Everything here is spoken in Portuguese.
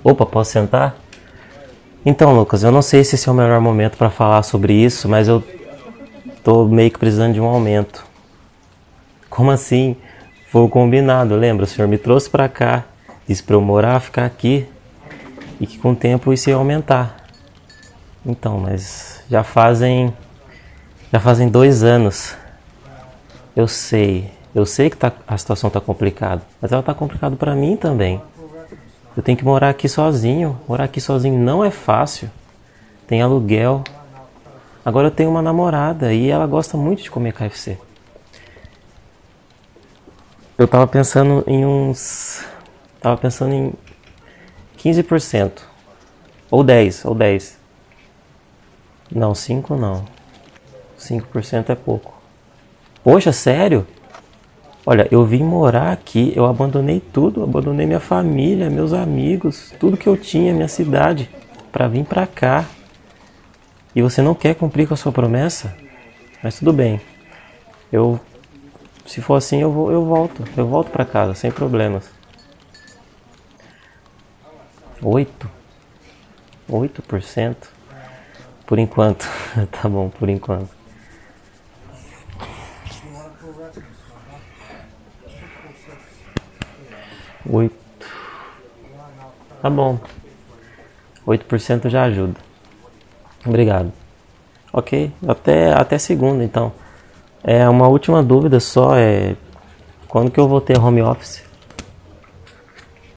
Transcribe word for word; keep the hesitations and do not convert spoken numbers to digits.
Opa, posso sentar? Então, Lucas, eu não sei se esse é o melhor momento para falar sobre isso, mas eu tô meio que precisando de um aumento. Como assim? Foi o combinado, lembra? O senhor me trouxe para cá, disse para eu morar, ficar aqui e que com o tempo isso ia aumentar. Então, mas já fazem já fazem dois anos. Eu sei, eu sei que tá, a situação tá complicada, mas ela tá complicada para mim também. Eu tenho que morar aqui sozinho. Morar aqui sozinho não é fácil. Tem aluguel. Agora eu tenho uma namorada e ela gosta muito de comer K F C. Eu tava pensando em uns... Tava pensando em quinze por cento. Ou dez, ou dez. Não, cinco não. cinco por cento é pouco. Poxa, sério? Olha, eu vim morar aqui, eu abandonei tudo, abandonei minha família, meus amigos, tudo que eu tinha, minha cidade, pra vir pra cá. E você não quer cumprir com a sua promessa? Mas tudo bem. Eu, se for assim, eu vou, eu volto, eu volto pra casa, sem problemas. Oito? Oito por cento? Por enquanto. Tá bom, por enquanto. Oito. Tá bom. Oito por cento já ajuda. Obrigado. Ok, até, até segunda então. É uma última dúvida só, é quando que eu vou ter home office?